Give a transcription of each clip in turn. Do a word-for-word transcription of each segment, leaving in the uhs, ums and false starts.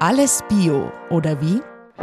Alles Bio, oder wie?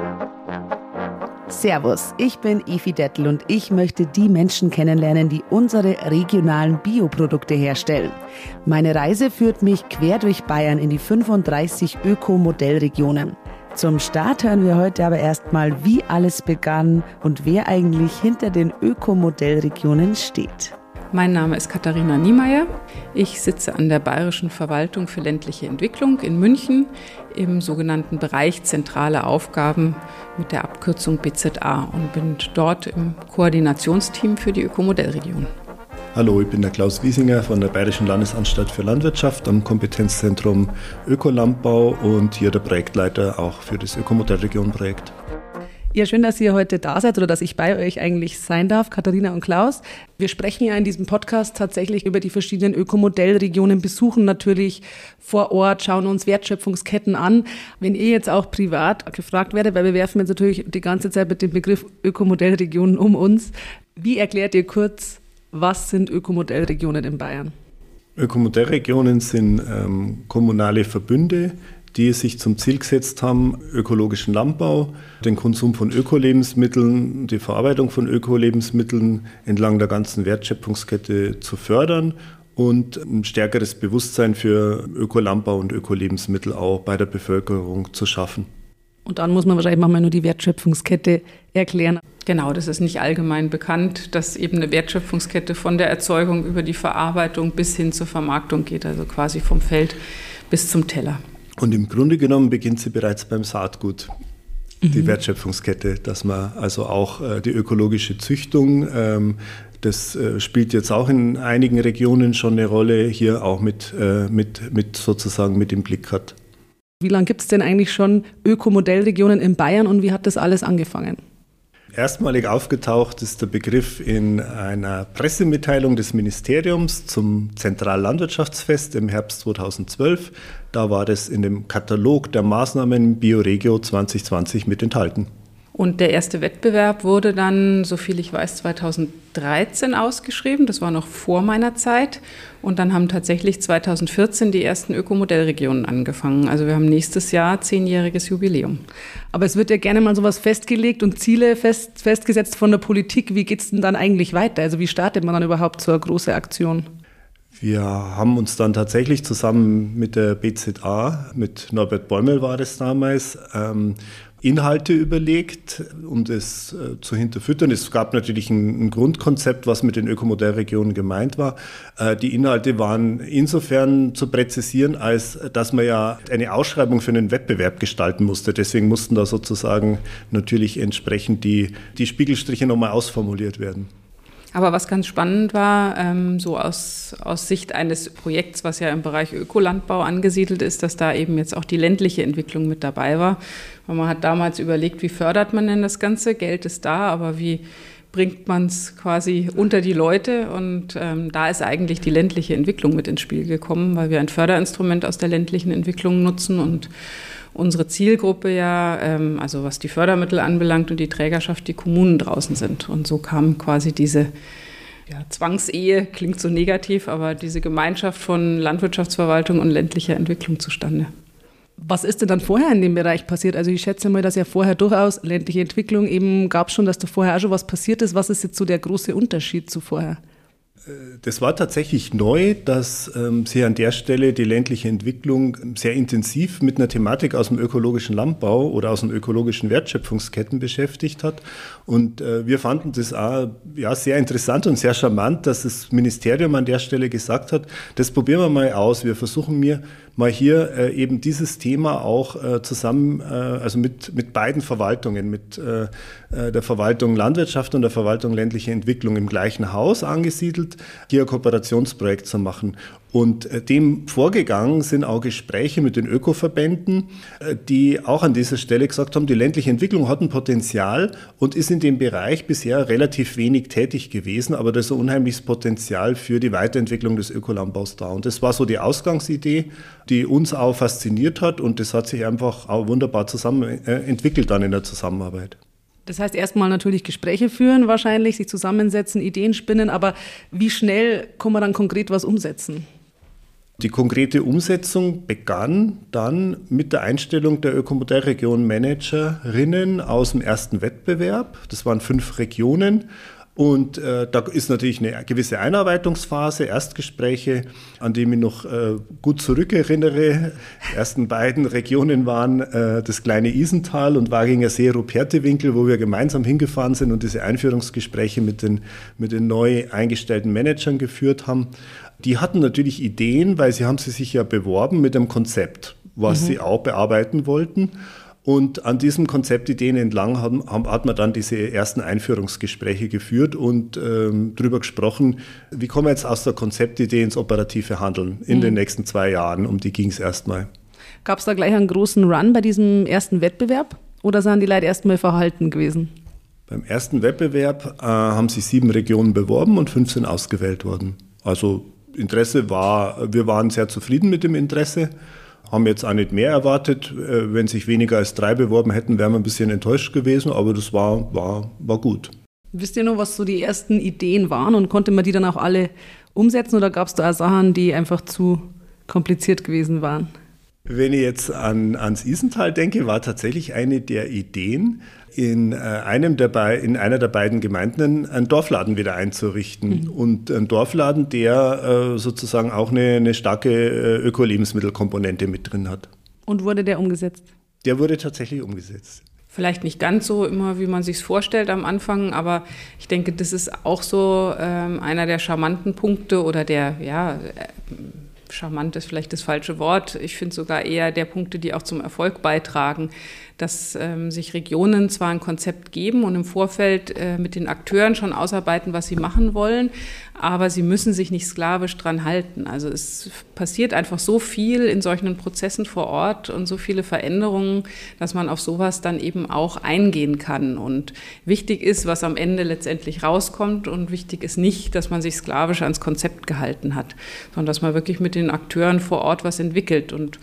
Servus, ich bin Evi Dettel und ich möchte die Menschen kennenlernen, die unsere regionalen Bioprodukte herstellen. Meine Reise führt mich quer durch Bayern in die fünfunddreißig Öko-Modellregionen. Zum Start hören wir heute aber erstmal, wie alles begann und wer eigentlich hinter den Öko-Modellregionen steht. Mein Name ist Katharina Niemeyer. Ich sitze an der Bayerischen Verwaltung für ländliche Entwicklung in München im sogenannten Bereich Zentrale Aufgaben mit der Abkürzung B Z A und bin dort im Koordinationsteam für die Ökomodellregion. Hallo, ich bin der Klaus Wiesinger von der Bayerischen Landesanstalt für Landwirtschaft am Kompetenzzentrum Ökolandbau und hier der Projektleiter auch für das Ökomodellregion-Projekt. Ja, schön, dass ihr heute da seid oder dass ich bei euch eigentlich sein darf, Katharina und Klaus. Wir sprechen ja in diesem Podcast tatsächlich über die verschiedenen Ökomodellregionen, besuchen natürlich vor Ort, schauen uns Wertschöpfungsketten an. Wenn ihr jetzt auch privat gefragt werdet, weil wir werfen jetzt natürlich die ganze Zeit mit dem Begriff Ökomodellregionen um uns, wie erklärt ihr kurz, was sind Ökomodellregionen in Bayern? Ökomodellregionen sind ähm, kommunale Verbünde, die sich zum Ziel gesetzt haben, ökologischen Landbau, den Konsum von Ökolebensmitteln, die Verarbeitung von Ökolebensmitteln entlang der ganzen Wertschöpfungskette zu fördern und ein stärkeres Bewusstsein für Ökolandbau und Ökolebensmittel auch bei der Bevölkerung zu schaffen. Und dann muss man wahrscheinlich manchmal nur die Wertschöpfungskette erklären. Genau, das ist nicht allgemein bekannt, dass eben eine Wertschöpfungskette von der Erzeugung über die Verarbeitung bis hin zur Vermarktung geht, also quasi vom Feld bis zum Teller. Und im Grunde genommen beginnt sie bereits beim Saatgut, die mhm. Wertschöpfungskette, dass man also auch äh, die ökologische Züchtung, ähm, das äh, spielt jetzt auch in einigen Regionen schon eine Rolle, hier auch mit, äh, mit, mit sozusagen mit im Blick hat. Wie lange gibt es denn eigentlich schon Ökomodellregionen in Bayern und wie hat das alles angefangen? Erstmalig aufgetaucht ist der Begriff in einer Pressemitteilung des Ministeriums zum Zentrallandwirtschaftsfest im Herbst zweitausendzwölf. Da war das in dem Katalog der Maßnahmen Bioregio zwanzig zwanzig mit enthalten. Und der erste Wettbewerb wurde dann, soviel ich weiß, zweitausenddreizehn ausgeschrieben. Das war noch vor meiner Zeit. Und dann haben tatsächlich zweitausendvierzehn die ersten Ökomodellregionen angefangen. Also wir haben nächstes Jahr zehnjähriges Jubiläum. Aber es wird ja gerne mal sowas festgelegt und Ziele fest, festgesetzt von der Politik. Wie geht es denn dann eigentlich weiter? Also wie startet man dann überhaupt so eine große Aktion? Wir haben uns dann tatsächlich zusammen mit der B Z A, mit Norbert Bäumel war das damals, ähm, Inhalte überlegt, um das äh, zu hinterfüttern. Es gab natürlich ein, ein Grundkonzept, was mit den Ökomodellregionen gemeint war. Äh, die Inhalte waren insofern zu präzisieren, als dass man ja eine Ausschreibung für einen Wettbewerb gestalten musste. Deswegen mussten da sozusagen natürlich entsprechend die, die Spiegelstriche nochmal ausformuliert werden. Aber was ganz spannend war, ähm, so aus, aus Sicht eines Projekts, was ja im Bereich Ökolandbau angesiedelt ist, dass da eben jetzt auch die ländliche Entwicklung mit dabei war. Und man hat damals überlegt, wie fördert man denn das Ganze? Geld ist da, aber wie bringt man es quasi unter die Leute? Und ähm, da ist eigentlich die ländliche Entwicklung mit ins Spiel gekommen, weil wir ein Förderinstrument aus der ländlichen Entwicklung nutzen und unsere Zielgruppe ja, ähm, also was die Fördermittel anbelangt und die Trägerschaft, die Kommunen draußen sind. Und so kam quasi diese ja, Zwangsehe, klingt so negativ, aber diese Gemeinschaft von Landwirtschaftsverwaltung und ländlicher Entwicklung zustande. Was ist denn dann vorher in dem Bereich passiert? Also ich schätze mal, dass ja vorher durchaus ländliche Entwicklung eben gab schon, dass da vorher auch schon was passiert ist. Was ist jetzt so der große Unterschied zu vorher? Das war tatsächlich neu, dass ähm, sich an der Stelle die ländliche Entwicklung sehr intensiv mit einer Thematik aus dem ökologischen Landbau oder aus den ökologischen Wertschöpfungsketten beschäftigt hat. Und äh, wir fanden das auch ja, sehr interessant und sehr charmant, dass das Ministerium an der Stelle gesagt hat, das probieren wir mal aus. Wir versuchen mir mal hier äh, eben dieses Thema auch äh, zusammen, äh, also mit, mit beiden Verwaltungen, mit äh, der Verwaltung Landwirtschaft und der Verwaltung ländliche Entwicklung im gleichen Haus angesiedelt, hier ein Kooperationsprojekt zu machen. Und äh, dem vorgegangen sind auch Gespräche mit den Ökoverbänden, äh, die auch an dieser Stelle gesagt haben, die ländliche Entwicklung hat ein Potenzial und ist in dem Bereich bisher relativ wenig tätig gewesen, aber da ist ein unheimliches Potenzial für die Weiterentwicklung des Ökolandbaus da. Und das war so die Ausgangsidee, die uns auch fasziniert hat und das hat sich einfach auch wunderbar zusammen äh, entwickelt dann in der Zusammenarbeit. Das heißt, erstmal natürlich Gespräche führen wahrscheinlich, sich zusammensetzen, Ideen spinnen, aber wie schnell kann man dann konkret was umsetzen? Die konkrete Umsetzung begann dann mit der Einstellung der Ökomodellregion-Managerinnen aus dem ersten Wettbewerb. Das waren fünf Regionen. Und äh, da ist natürlich eine gewisse Einarbeitungsphase, Erstgespräche, an die ich mich noch äh, gut zurückerinnere. Die ersten beiden Regionen waren äh, das kleine Isental und Waginger See, Rupertewinkel, wo wir gemeinsam hingefahren sind und diese Einführungsgespräche mit den, mit den neu eingestellten Managern geführt haben. Die hatten natürlich Ideen, weil sie haben sie sich ja beworben mit einem Konzept, was mhm. sie auch bearbeiten wollten. Und an diesem Konzeptideen entlang haben, haben, hat man dann diese ersten Einführungsgespräche geführt und ähm, darüber gesprochen, wie kommen wir jetzt aus der Konzeptidee ins operative Handeln in mhm. den nächsten zwei Jahren. Um die ging es erstmal. Gab es da gleich einen großen Run bei diesem ersten Wettbewerb oder sind die Leute erstmal verhalten gewesen? Beim ersten Wettbewerb äh, haben sich sieben Regionen beworben und fünf sind ausgewählt worden. Also Interesse war, wir waren sehr zufrieden mit dem Interesse. Haben jetzt auch nicht mehr erwartet. Wenn sich weniger als drei beworben hätten, wären wir ein bisschen enttäuscht gewesen, aber das war, war, war gut. Wisst ihr noch, was so die ersten Ideen waren und konnte man die dann auch alle umsetzen oder gab es da auch Sachen, die einfach zu kompliziert gewesen waren? Wenn ich jetzt an, ans Isental denke, war tatsächlich eine der Ideen, in, äh, einem der Be- in einer der beiden Gemeinden einen Dorfladen wieder einzurichten. Mhm. Und ein Dorfladen, der äh, sozusagen auch eine, eine starke äh, Öko-Lebensmittelkomponente mit drin hat. Und wurde der umgesetzt? Der wurde tatsächlich umgesetzt. Vielleicht nicht ganz so immer, wie man sich es vorstellt am Anfang, aber ich denke, das ist auch so ähm, einer der charmanten Punkte oder der, ja, äh, charmant ist vielleicht das falsche Wort. Ich finde sogar eher der Punkte, die auch zum Erfolg beitragen, dass ähm, sich Regionen zwar ein Konzept geben und im Vorfeld äh, mit den Akteuren schon ausarbeiten, was sie machen wollen, aber sie müssen sich nicht sklavisch dran halten. Also es passiert einfach so viel in solchen Prozessen vor Ort und so viele Veränderungen, dass man auf sowas dann eben auch eingehen kann. Und wichtig ist, was am Ende letztendlich rauskommt und wichtig ist nicht, dass man sich sklavisch ans Konzept gehalten hat, sondern dass man wirklich mit den Akteuren vor Ort was entwickelt. Und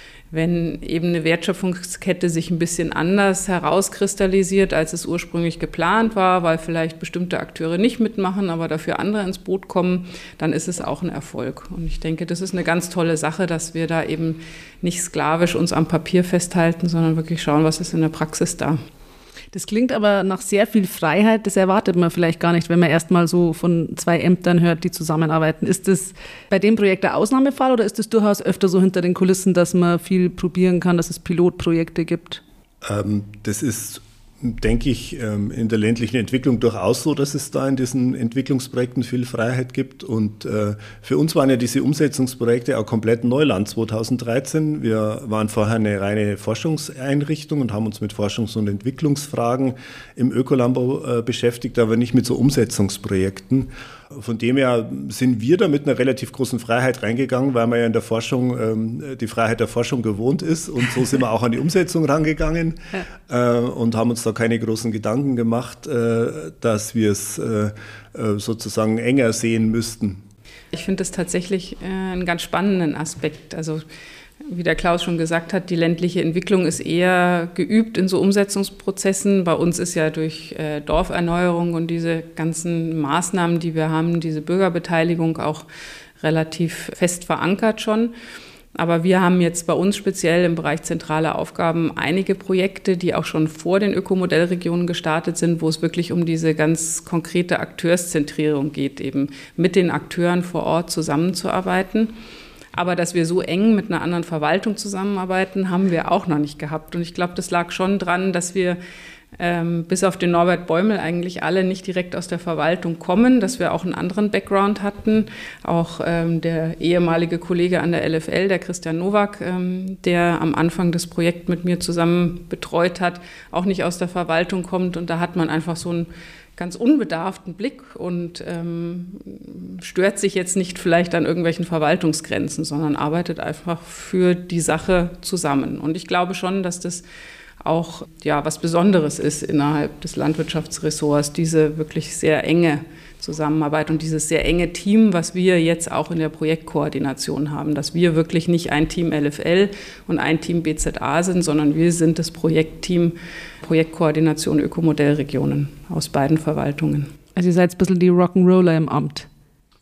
wenn eben eine Wertschöpfungskette sich ein bisschen anders herauskristallisiert, als es ursprünglich geplant war, weil vielleicht bestimmte Akteure nicht mitmachen, aber dafür andere ins Boot kommen, dann ist es auch ein Erfolg. Und ich denke, das ist eine ganz tolle Sache, dass wir da eben nicht sklavisch uns am Papier festhalten, sondern wirklich schauen, was ist in der Praxis da. Das klingt aber nach sehr viel Freiheit, das erwartet man vielleicht gar nicht, wenn man erst mal so von zwei Ämtern hört, die zusammenarbeiten. Ist das bei dem Projekt der Ausnahmefall oder ist es durchaus öfter so hinter den Kulissen, dass man viel probieren kann, dass es Pilotprojekte gibt? Ähm, das ist, denke ich, in der ländlichen Entwicklung durchaus so, dass es da in diesen Entwicklungsprojekten viel Freiheit gibt. Und äh, für uns waren ja diese Umsetzungsprojekte auch komplett Neuland zweitausenddreizehn. Wir waren vorher eine reine Forschungseinrichtung und haben uns mit Forschungs- und Entwicklungsfragen im Ökolandbau äh, beschäftigt, aber nicht mit so Umsetzungsprojekten. Von dem her sind wir da mit einer relativ großen Freiheit reingegangen, weil man ja in der Forschung ähm, die Freiheit der Forschung gewohnt ist. Und so sind wir auch an die Umsetzung rangegangen ja. äh, und haben uns da keine großen Gedanken gemacht, äh, dass wir es äh, sozusagen enger sehen müssten. Ich finde das tatsächlich äh, einen ganz spannenden Aspekt. Also wie der Klaus schon gesagt hat, die ländliche Entwicklung ist eher geübt in so Umsetzungsprozessen. Bei uns ist ja durch äh, Dorferneuerung und diese ganzen Maßnahmen, die wir haben, diese Bürgerbeteiligung auch relativ fest verankert schon. Aber wir haben jetzt bei uns speziell im Bereich zentrale Aufgaben einige Projekte, die auch schon vor den Ökomodellregionen gestartet sind, wo es wirklich um diese ganz konkrete Akteurszentrierung geht, eben mit den Akteuren vor Ort zusammenzuarbeiten. Aber dass wir so eng mit einer anderen Verwaltung zusammenarbeiten, haben wir auch noch nicht gehabt. Und ich glaube, das lag schon dran, dass wir ähm, bis auf den Norbert Bäumel eigentlich alle nicht direkt aus der Verwaltung kommen, dass wir auch einen anderen Background hatten. Auch ähm, der ehemalige Kollege an der L F L, der Christian Nowak, ähm, der am Anfang das Projekt mit mir zusammen betreut hat, auch nicht aus der Verwaltung kommt. Und da hat man einfach so ein ganz unbedarften Blick und ähm, stört sich jetzt nicht vielleicht an irgendwelchen Verwaltungsgrenzen, sondern arbeitet einfach für die Sache zusammen. Und ich glaube schon, dass das auch ja, was Besonderes ist innerhalb des Landwirtschaftsressorts, diese wirklich sehr enge Zusammenarbeit und dieses sehr enge Team, was wir jetzt auch in der Projektkoordination haben, dass wir wirklich nicht ein Team L F L und ein Team B Z A sind, sondern wir sind das Projektteam Projektkoordination Ökomodellregionen aus beiden Verwaltungen. Also ihr seid ein bisschen die Rock'n'Roller im Amt.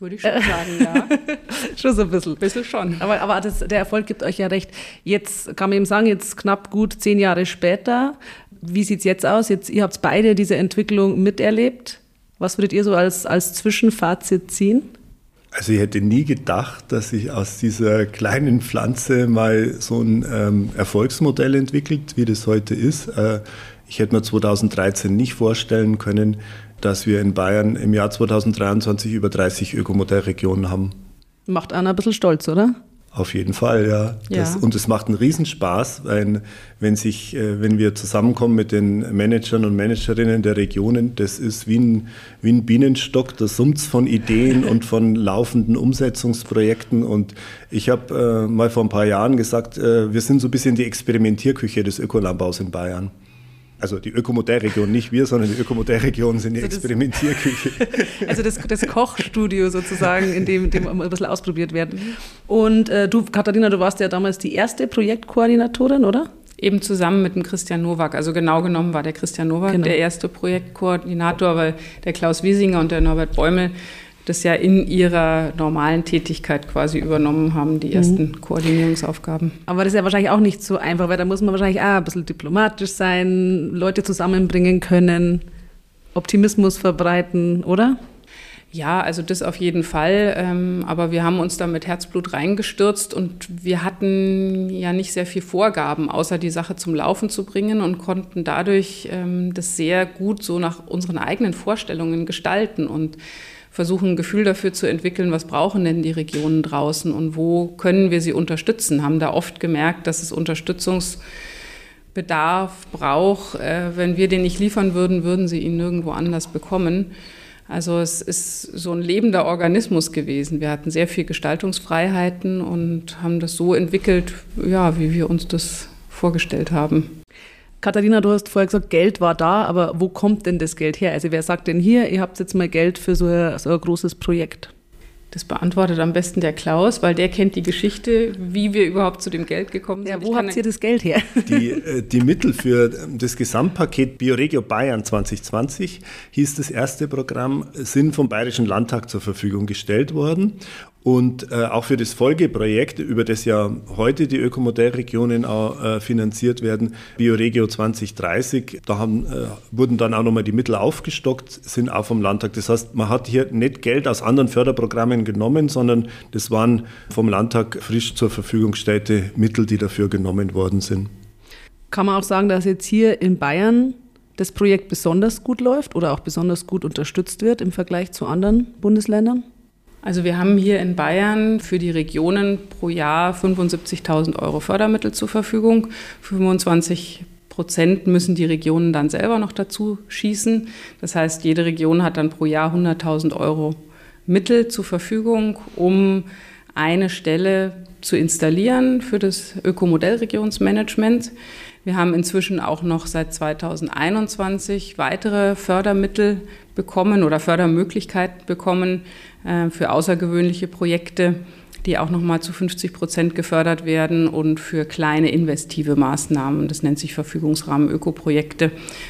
Würde ich schon sagen, ja. Schon so ein bisschen. Ein bisschen schon. Aber, aber das, der Erfolg gibt euch ja recht. Jetzt kann man eben sagen, jetzt knapp gut zehn Jahre später, wie sieht es jetzt aus? Jetzt, ihr habt beide diese Entwicklung miterlebt. Was würdet ihr so als, als Zwischenfazit ziehen? Also ich hätte nie gedacht, dass sich aus dieser kleinen Pflanze mal so ein ähm, Erfolgsmodell entwickelt, wie das heute ist. Äh, ich hätte mir zweitausenddreizehn nicht vorstellen können, dass wir in Bayern im Jahr zweitausenddreiundzwanzig über dreißig Ökomodellregionen haben. Macht Anna ein bisschen stolz, oder? Auf jeden Fall, ja. Das, ja. Und es macht einen Riesenspaß, weil wenn, sich, wenn wir zusammenkommen mit den Managern und Managerinnen der Regionen, das ist wie ein, wie ein Bienenstock, da summt's von Ideen und von laufenden Umsetzungsprojekten. Und ich habe äh, mal vor ein paar Jahren gesagt, äh, wir sind so ein bisschen die Experimentierküche des Ökolandbaus in Bayern. Also die Ökomodellregion, nicht wir, sondern die Ökomodellregionen sind die also Experimentierküche. Also das, das Kochstudio sozusagen, in dem, in dem ein bisschen ausprobiert wird. Und äh, du, Katharina, du warst ja damals die erste Projektkoordinatorin, oder? Eben zusammen mit dem Christian Nowak. Also genau genommen war der Christian Nowak genau. der erste Projektkoordinator, weil der Klaus Wiesinger und der Norbert Bäumel das ja in ihrer normalen Tätigkeit quasi übernommen haben, die ersten mhm. Koordinierungsaufgaben. Aber das ist ja wahrscheinlich auch nicht so einfach, weil da muss man wahrscheinlich auch ein bisschen diplomatisch sein, Leute zusammenbringen können, Optimismus verbreiten, oder? Ja, also das auf jeden Fall. Ähm, aber wir haben uns da mit Herzblut reingestürzt und wir hatten ja nicht sehr viel Vorgaben, außer die Sache zum Laufen zu bringen und konnten dadurch ähm, das sehr gut so nach unseren eigenen Vorstellungen gestalten und versuchen, ein Gefühl dafür zu entwickeln, was brauchen denn die Regionen draußen und wo können wir sie unterstützen. Haben da oft gemerkt, dass es Unterstützungsbedarf braucht. Äh, wenn wir den nicht liefern würden, würden sie ihn nirgendwo anders bekommen. Also es ist so ein lebender Organismus gewesen. Wir hatten sehr viel Gestaltungsfreiheiten und haben das so entwickelt, ja, wie wir uns das vorgestellt haben. Katharina, du hast vorher gesagt, Geld war da, aber wo kommt denn das Geld her? Also wer sagt denn hier, ihr habt jetzt mal Geld für so ein, so ein großes Projekt? Das beantwortet am besten der Klaus, weil der kennt die Geschichte, wie wir überhaupt zu dem Geld gekommen sind. Ja, wo habt ihr das Geld her? Die, die Mittel für das Gesamtpaket Bioregio Bayern zwanzig zwanzig, hieß das erste Programm, sind vom Bayerischen Landtag zur Verfügung gestellt worden. Und äh, auch für das Folgeprojekt, über das ja heute die Ökomodellregionen auch, äh, finanziert werden, Bioregio zwanzig dreißig, da haben, äh, wurden dann auch nochmal die Mittel aufgestockt, sind auch vom Landtag. Das heißt, man hat hier nicht Geld aus anderen Förderprogrammen genommen, sondern das waren vom Landtag frisch zur Verfügung gestellte Mittel, die dafür genommen worden sind. Kann man auch sagen, dass jetzt hier in Bayern das Projekt besonders gut läuft oder auch besonders gut unterstützt wird im Vergleich zu anderen Bundesländern? Also wir haben hier in Bayern für die Regionen pro Jahr fünfundsiebzigtausend Euro Fördermittel zur Verfügung. fünfundzwanzig Prozent müssen die Regionen dann selber noch dazu schießen. Das heißt, jede Region hat dann pro Jahr hunderttausend Euro Mittel zur Verfügung, um eine Stelle zu installieren für das Ökomodellregionsmanagement. Wir haben inzwischen auch noch seit zweitausendeinundzwanzig weitere Fördermittel bekommen oder Fördermöglichkeiten bekommen äh, für außergewöhnliche Projekte, die auch nochmal zu fünfzig Prozent gefördert werden und für kleine investive Maßnahmen. Das nennt sich Verfügungsrahmen Ökoprojekte,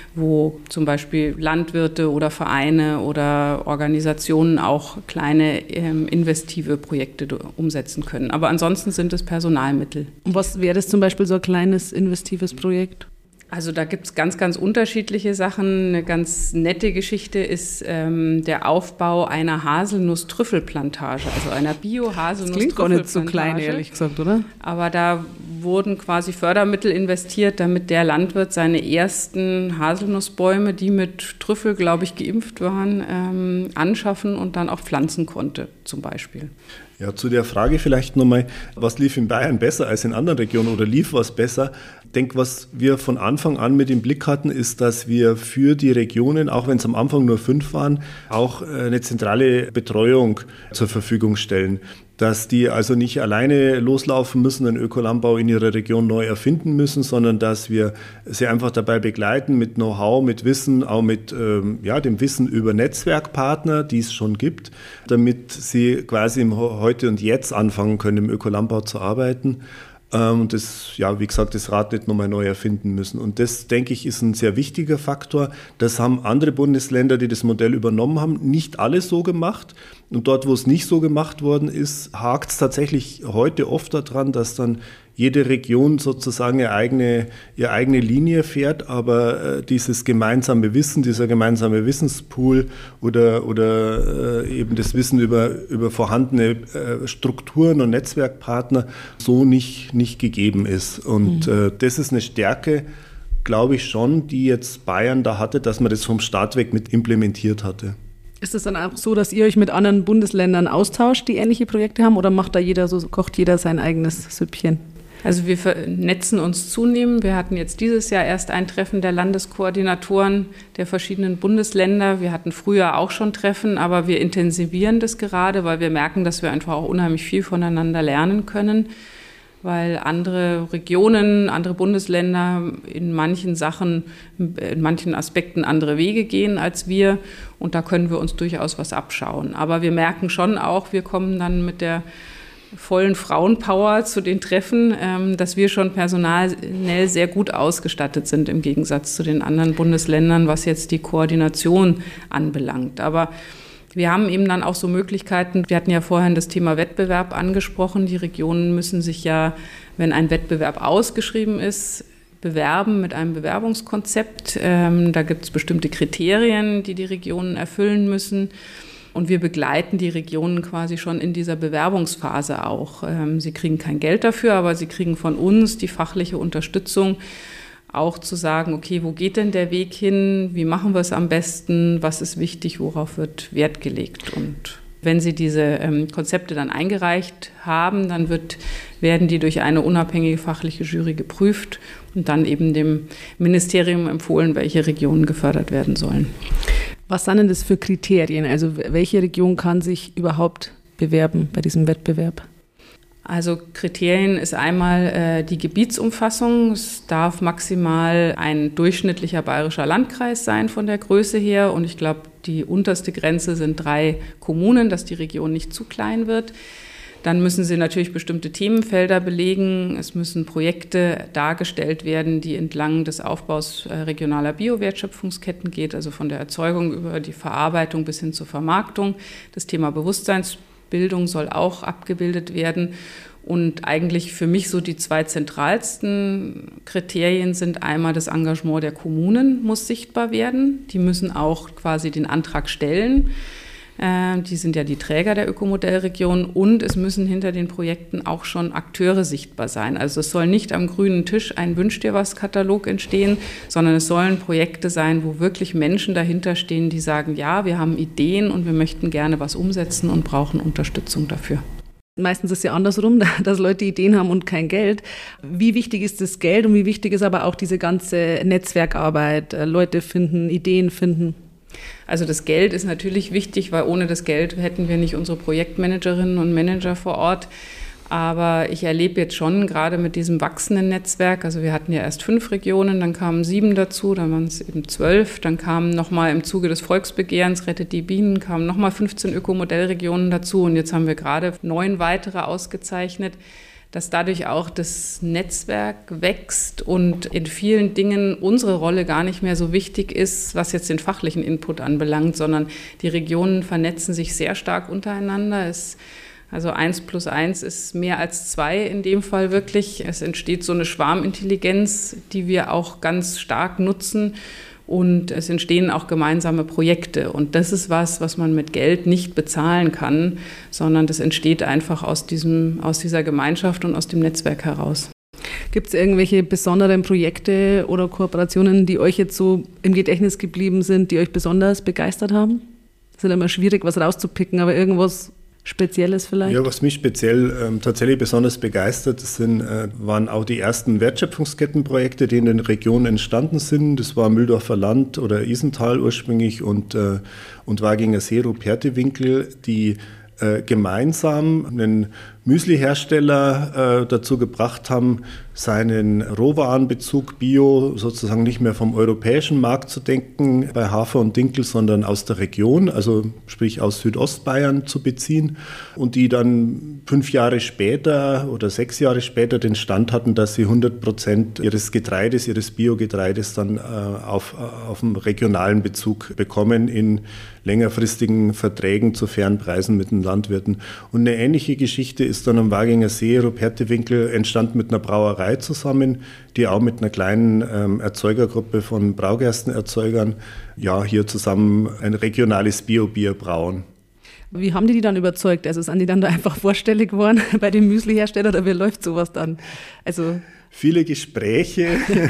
wo zum Beispiel Landwirte oder Vereine oder Organisationen auch kleine ähm, investive Projekte umsetzen können. Aber ansonsten sind es Personalmittel. Und was wäre das zum Beispiel so ein kleines investives Projekt? Also da gibt es ganz, ganz unterschiedliche Sachen. Eine ganz nette Geschichte ist ähm, der Aufbau einer Haselnuss-Trüffelplantage, also einer Bio-Haselnuss-Trüffelplantage. Das klingt gar nicht so klein, ehrlich gesagt, oder? Aber da wurden quasi Fördermittel investiert, damit der Landwirt seine ersten Haselnussbäume, die mit Trüffel, glaube ich, geimpft waren, ähm, anschaffen und dann auch pflanzen konnte, zum Beispiel. Ja, zu der Frage vielleicht nochmal, was lief in Bayern besser als in anderen Regionen oder lief was besser? Ich denke, was wir von Anfang an mit im Blick hatten, ist, dass wir für die Regionen, auch wenn es am Anfang nur fünf waren, auch eine zentrale Betreuung zur Verfügung stellen. Dass die also nicht alleine loslaufen müssen, den Ökolandbau in ihrer Region neu erfinden müssen, sondern dass wir sie einfach dabei begleiten mit Know-how, mit Wissen, auch mit ähm, ja, dem Wissen über Netzwerkpartner, die es schon gibt, damit sie quasi im Heute und Jetzt anfangen können, im Ökolandbau zu arbeiten. Und das, ja, wie gesagt, das Rad nicht nochmal neu erfinden müssen. Und das, denke ich, ist ein sehr wichtiger Faktor. Das haben andere Bundesländer, die das Modell übernommen haben, nicht alle so gemacht. Und dort, wo es nicht so gemacht worden ist, hakt es tatsächlich heute oft daran, dass dann jede Region sozusagen ihre eigene, ihre eigene Linie fährt, aber äh, dieses gemeinsame Wissen, dieser gemeinsame Wissenspool oder, oder äh, eben das Wissen über, über vorhandene äh, Strukturen und Netzwerkpartner so nicht, nicht gegeben ist. Und mhm. äh, das ist eine Stärke, glaube ich schon, die jetzt Bayern da hatte, dass man das vom Start weg mit implementiert hatte. Ist es dann auch so, dass ihr euch mit anderen Bundesländern austauscht, die ähnliche Projekte haben, oder macht da jeder so, kocht jeder sein eigenes Süppchen? Also wir vernetzen uns zunehmend. Wir hatten jetzt dieses Jahr erst ein Treffen der Landeskoordinatoren der verschiedenen Bundesländer. Wir hatten früher auch schon Treffen, aber wir intensivieren das gerade, weil wir merken, dass wir einfach auch unheimlich viel voneinander lernen können, weil andere Regionen, andere Bundesländer in manchen Sachen, in manchen Aspekten andere Wege gehen als wir. Und da können wir uns durchaus was abschauen. Aber wir merken schon auch, wir kommen dann mit der vollen Frauenpower zu den Treffen, dass wir schon personell sehr gut ausgestattet sind im Gegensatz zu den anderen Bundesländern, was jetzt die Koordination anbelangt. Aber wir haben eben dann auch so Möglichkeiten, wir hatten ja vorhin das Thema Wettbewerb angesprochen, die Regionen müssen sich ja, wenn ein Wettbewerb ausgeschrieben ist, bewerben mit einem Bewerbungskonzept. Da gibt es bestimmte Kriterien, die die Regionen erfüllen müssen. Und wir begleiten die Regionen quasi schon in dieser Bewerbungsphase auch. Sie kriegen kein Geld dafür, aber sie kriegen von uns die fachliche Unterstützung, auch zu sagen, okay, wo geht denn der Weg hin? Wie machen wir es am besten? Was ist wichtig? Worauf wird Wert gelegt? Und wenn sie diese ähm, Konzepte dann eingereicht haben, dann wird, werden die durch eine unabhängige fachliche Jury geprüft und dann eben dem Ministerium empfohlen, welche Regionen gefördert werden sollen. Was sind denn das für Kriterien? Also welche Region kann sich überhaupt bewerben bei diesem Wettbewerb? Also Kriterien ist einmal äh, die Gebietsumfassung. Es darf maximal ein durchschnittlicher bayerischer Landkreis sein von der Größe her. Und ich glaube, die unterste Grenze sind drei Kommunen, dass die Region nicht zu klein wird. Dann müssen sie natürlich bestimmte Themenfelder belegen. Es müssen Projekte dargestellt werden, die entlang des Aufbaus regionaler Biowertschöpfungsketten geht, also von der Erzeugung über die Verarbeitung bis hin zur Vermarktung. Das Thema Bewusstseinsbildung soll auch abgebildet werden. Und eigentlich für mich so die zwei zentralsten Kriterien sind einmal das Engagement der Kommunen muss sichtbar werden. Die müssen auch quasi den Antrag stellen. Die sind ja die Träger der Ökomodellregion und es müssen hinter den Projekten auch schon Akteure sichtbar sein. Also es soll nicht am grünen Tisch ein Wünsch-dir-was-Katalog entstehen, sondern es sollen Projekte sein, wo wirklich Menschen dahinter stehen, die sagen, ja, wir haben Ideen und wir möchten gerne was umsetzen und brauchen Unterstützung dafür. Meistens ist es ja andersrum, dass Leute Ideen haben und kein Geld. Wie wichtig ist das Geld und wie wichtig ist aber auch diese ganze Netzwerkarbeit, Leute finden, Ideen finden? Also das Geld ist natürlich wichtig, weil ohne das Geld hätten wir nicht unsere Projektmanagerinnen und Manager vor Ort. Aber ich erlebe jetzt schon, gerade mit diesem wachsenden Netzwerk, also wir hatten ja erst fünf Regionen, dann kamen sieben dazu, dann waren es eben zwölf, dann kamen nochmal im Zuge des Volksbegehrens Rettet die Bienen, kamen nochmal fünfzehn Ökomodellregionen dazu und jetzt haben wir gerade neun weitere ausgezeichnet, dass dadurch auch das Netzwerk wächst und in vielen Dingen unsere Rolle gar nicht mehr so wichtig ist, was jetzt den fachlichen Input anbelangt, sondern die Regionen vernetzen sich sehr stark untereinander. Es, also eins plus eins ist mehr als zwei in dem Fall wirklich. Es entsteht so eine Schwarmintelligenz, die wir auch ganz stark nutzen. Und es entstehen auch gemeinsame Projekte. Und das ist was, was man mit Geld nicht bezahlen kann, sondern das entsteht einfach aus diesem, aus dieser Gemeinschaft und aus dem Netzwerk heraus. Gibt es irgendwelche besonderen Projekte oder Kooperationen, die euch jetzt so im Gedächtnis geblieben sind, die euch besonders begeistert haben? Es ist immer schwierig, was rauszupicken, aber irgendwas Spezielles vielleicht? Ja, was mich speziell ähm, tatsächlich besonders begeistert, das sind, äh, waren auch die ersten Wertschöpfungskettenprojekte, die in den Regionen entstanden sind. Das war Mühldorfer Land oder Isental ursprünglich und, äh, und Waginger See, Rupertewinkel, die äh, gemeinsam einen Müsli-Hersteller äh, dazu gebracht haben, seinen Rohwarenbezug Bio sozusagen nicht mehr vom europäischen Markt zu denken bei Hafer und Dinkel, sondern aus der Region, also sprich aus Südostbayern zu beziehen, und die dann fünf Jahre später oder sechs Jahre später den Stand hatten, dass sie hundert Prozent ihres Getreides, ihres Biogetreides dann äh, auf, auf einem regionalen Bezug bekommen in längerfristigen Verträgen zu fairen Preisen mit den Landwirten. Und eine ähnliche Geschichte ist dann am Waginger See, Rupertewinkel, entstand mit einer Brauerei zusammen, die auch mit einer kleinen ähm, Erzeugergruppe von Braugerstenerzeugern ja hier zusammen ein regionales Biobier brauen. Wie haben die die dann überzeugt? Also sind die dann da einfach vorstellig geworden bei dem Müsli-Hersteller oder wie läuft sowas dann? Also viele Gespräche,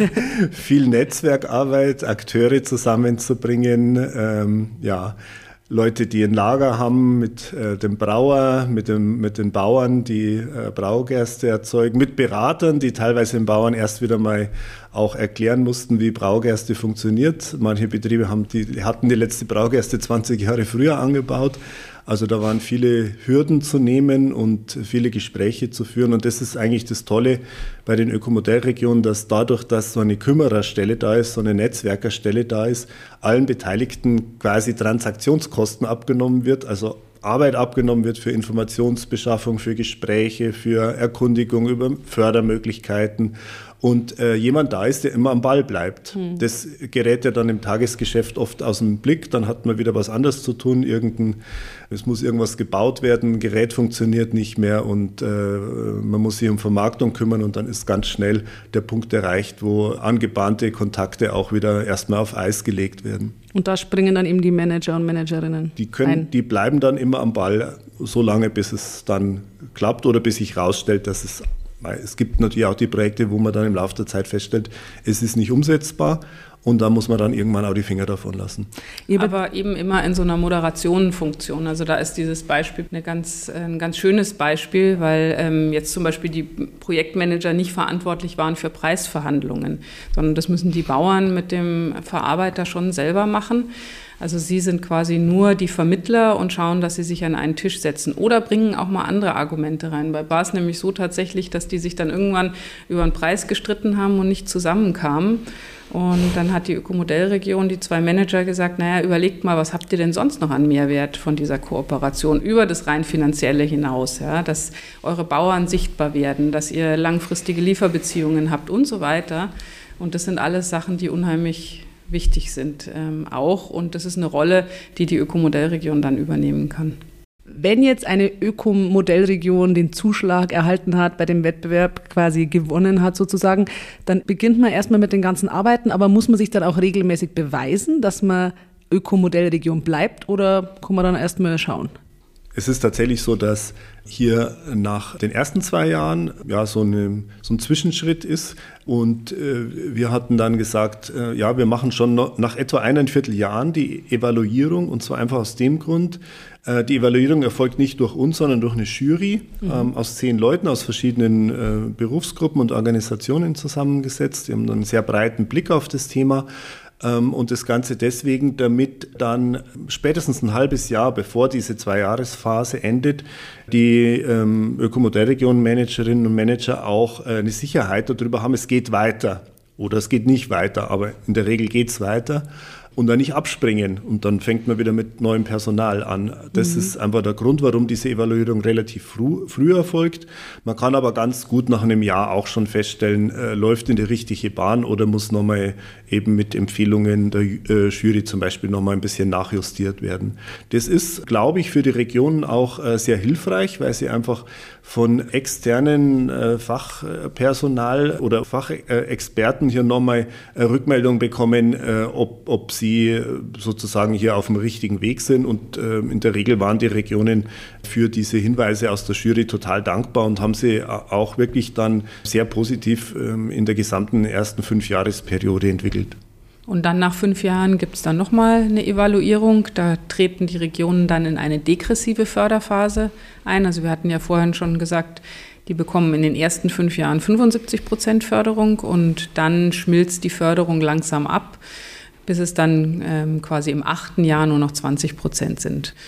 viel Netzwerkarbeit, Akteure zusammenzubringen, ähm, ja, Leute, die ein Lager haben mit äh, dem Brauer, mit, dem, mit den Bauern, die äh, Braugerste erzeugen, mit Beratern, die teilweise den Bauern erst wieder mal auch erklären mussten, wie Braugerste funktioniert. Manche Betriebe haben die, hatten die letzte Braugerste zwanzig Jahre früher angebaut. Also da waren viele Hürden zu nehmen und viele Gespräche zu führen. Und das ist eigentlich das Tolle bei den Ökomodellregionen, dass dadurch, dass so eine Kümmererstelle da ist, so eine Netzwerkerstelle da ist, allen Beteiligten quasi Transaktionskosten abgenommen wird, also Arbeit abgenommen wird für Informationsbeschaffung, für Gespräche, für Erkundigung über Fördermöglichkeiten. Und äh, jemand da ist, der immer am Ball bleibt. Hm. Das gerät ja dann im Tagesgeschäft oft aus dem Blick. Dann hat man wieder was anderes zu tun. Irgendein, es muss irgendwas gebaut werden, ein Gerät funktioniert nicht mehr und äh, man muss sich um Vermarktung kümmern. Und dann ist ganz schnell der Punkt erreicht, wo angebahnte Kontakte auch wieder erstmal auf Eis gelegt werden. Und da springen dann eben die Manager und Managerinnen die können, ein. Die bleiben dann immer am Ball, so lange, bis es dann klappt oder bis sich herausstellt, dass es Es gibt natürlich auch die Projekte, wo man dann im Laufe der Zeit feststellt, es ist nicht umsetzbar und da muss man dann irgendwann auch die Finger davon lassen. Aber eben immer in so einer Moderationenfunktion. Also da ist dieses Beispiel eine ganz, ein ganz schönes Beispiel, weil ähm, jetzt zum Beispiel die Projektmanager nicht verantwortlich waren für Preisverhandlungen, sondern das müssen die Bauern mit dem Verarbeiter schon selber machen. Also sie sind quasi nur die Vermittler und schauen, dass sie sich an einen Tisch setzen oder bringen auch mal andere Argumente rein. Bei war es nämlich so tatsächlich, dass die sich dann irgendwann über einen Preis gestritten haben und nicht zusammenkamen. Und dann hat die Ökomodellregion, die zwei Manager gesagt, naja, überlegt mal, was habt ihr denn sonst noch an Mehrwert von dieser Kooperation über das rein Finanzielle hinaus, ja? Dass eure Bauern sichtbar werden, dass ihr langfristige Lieferbeziehungen habt und so weiter. Und das sind alles Sachen, die unheimlich wichtig sind ähm, auch. Und das ist eine Rolle, die die Ökomodellregion dann übernehmen kann. Wenn jetzt eine Ökomodellregion den Zuschlag erhalten hat, bei dem Wettbewerb quasi gewonnen hat sozusagen, dann beginnt man erstmal mit den ganzen Arbeiten, aber muss man sich dann auch regelmäßig beweisen, dass man Ökomodellregion bleibt oder kann man dann erstmal schauen? Es ist tatsächlich so, dass hier nach den ersten zwei Jahren ja so, eine, so ein Zwischenschritt ist und äh, wir hatten dann gesagt, äh, ja, wir machen schon noch, nach etwa eineinviertel Jahren die Evaluierung und zwar einfach aus dem Grund, äh, die Evaluierung erfolgt nicht durch uns, sondern durch eine Jury mhm. ähm, aus zehn Leuten aus verschiedenen äh, Berufsgruppen und Organisationen zusammengesetzt. Die haben dann einen sehr breiten Blick auf das Thema. Und das Ganze deswegen, damit dann spätestens ein halbes Jahr, bevor diese Zweijahresphase endet, die ähm, Ökomodellregion-Managerinnen und Manager auch äh, eine Sicherheit darüber haben, es geht weiter oder es geht nicht weiter, aber in der Regel geht es weiter. Und dann nicht abspringen und dann fängt man wieder mit neuem Personal an. Das mhm. ist einfach der Grund, warum diese Evaluierung relativ früh, früh erfolgt. Man kann aber ganz gut nach einem Jahr auch schon feststellen, äh, läuft in die richtige Bahn oder muss nochmal eben mit Empfehlungen der äh, Jury zum Beispiel nochmal ein bisschen nachjustiert werden. Das ist, glaube ich, für die Regionen auch äh, sehr hilfreich, weil sie einfach von externen äh, Fachpersonal oder Fachexperten hier nochmal äh, Rückmeldung bekommen, äh, ob, ob sie sozusagen hier auf dem richtigen Weg sind. Und äh, in der Regel waren die Regionen für diese Hinweise aus der Jury total dankbar und haben sie auch wirklich dann sehr positiv äh, in der gesamten ersten Fünfjahresperiode entwickelt. Und dann nach fünf Jahren gibt es dann nochmal eine Evaluierung. Da treten die Regionen dann in eine degressive Förderphase ein. Also wir hatten ja vorhin schon gesagt, die bekommen in den ersten fünf Jahren fünfundsiebzig Prozent Förderung und dann schmilzt die Förderung langsam ab, bis es dann ähm, quasi im achten Jahr nur noch zwanzig Prozent sind.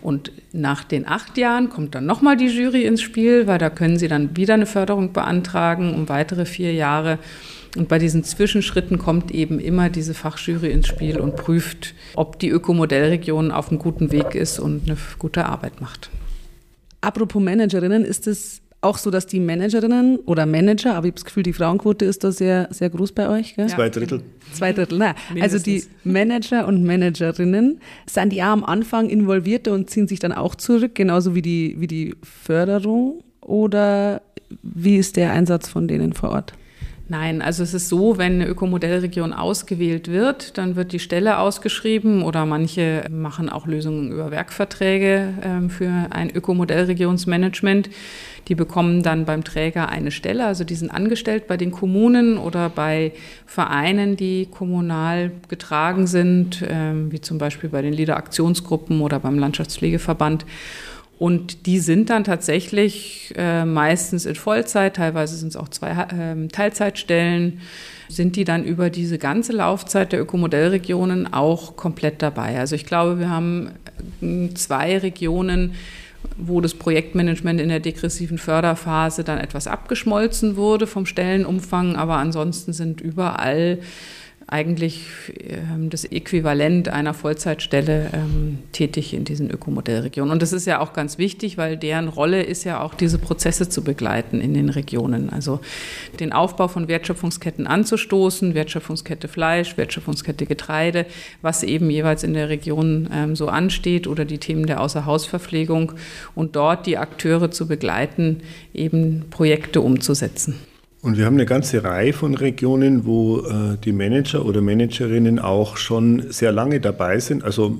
Und nach den acht Jahren kommt dann nochmal die Jury ins Spiel, weil da können Sie dann wieder eine Förderung beantragen um weitere vier Jahre. Und bei diesen Zwischenschritten kommt eben immer diese Fachjury ins Spiel und prüft, ob die Ökomodellregion auf einem guten Weg ist und eine gute Arbeit macht. Apropos Managerinnen, ist es auch so, dass die Managerinnen oder Manager, aber ich habe das Gefühl, die Frauenquote ist da sehr, sehr groß bei euch, gell? Zwei Drittel. Zwei Drittel, nein. Also die Manager und Managerinnen sind ja am Anfang involvierter und ziehen sich dann auch zurück, genauso wie die, wie die Förderung, oder wie ist der Einsatz von denen vor Ort? Nein, also es ist so, wenn eine Ökomodellregion ausgewählt wird, dann wird die Stelle ausgeschrieben oder manche machen auch Lösungen über Werkverträge äh, für ein Ökomodellregionsmanagement. Die bekommen dann beim Träger eine Stelle, also die sind angestellt bei den Kommunen oder bei Vereinen, die kommunal getragen sind, äh, wie zum Beispiel bei den LEADER-Aktionsgruppen oder beim Landschaftspflegeverband. Und die sind dann tatsächlich äh, meistens in Vollzeit, teilweise sind es auch zwei äh, Teilzeitstellen, sind die dann über diese ganze Laufzeit der Ökomodellregionen auch komplett dabei. Also ich glaube, wir haben äh, zwei Regionen, wo das Projektmanagement in der degressiven Förderphase dann etwas abgeschmolzen wurde vom Stellenumfang, aber ansonsten sind überall eigentlich ähm, das Äquivalent einer Vollzeitstelle ähm, tätig in diesen Ökomodellregionen. Und das ist ja auch ganz wichtig, weil deren Rolle ist ja auch, diese Prozesse zu begleiten in den Regionen. Also den Aufbau von Wertschöpfungsketten anzustoßen, Wertschöpfungskette Fleisch, Wertschöpfungskette Getreide, was eben jeweils in der Region ähm, so ansteht, oder die Themen der Außerhausverpflegung, und dort die Akteure zu begleiten, eben Projekte umzusetzen. Und wir haben eine ganze Reihe von Regionen, wo äh, die Manager oder Managerinnen auch schon sehr lange dabei sind. Also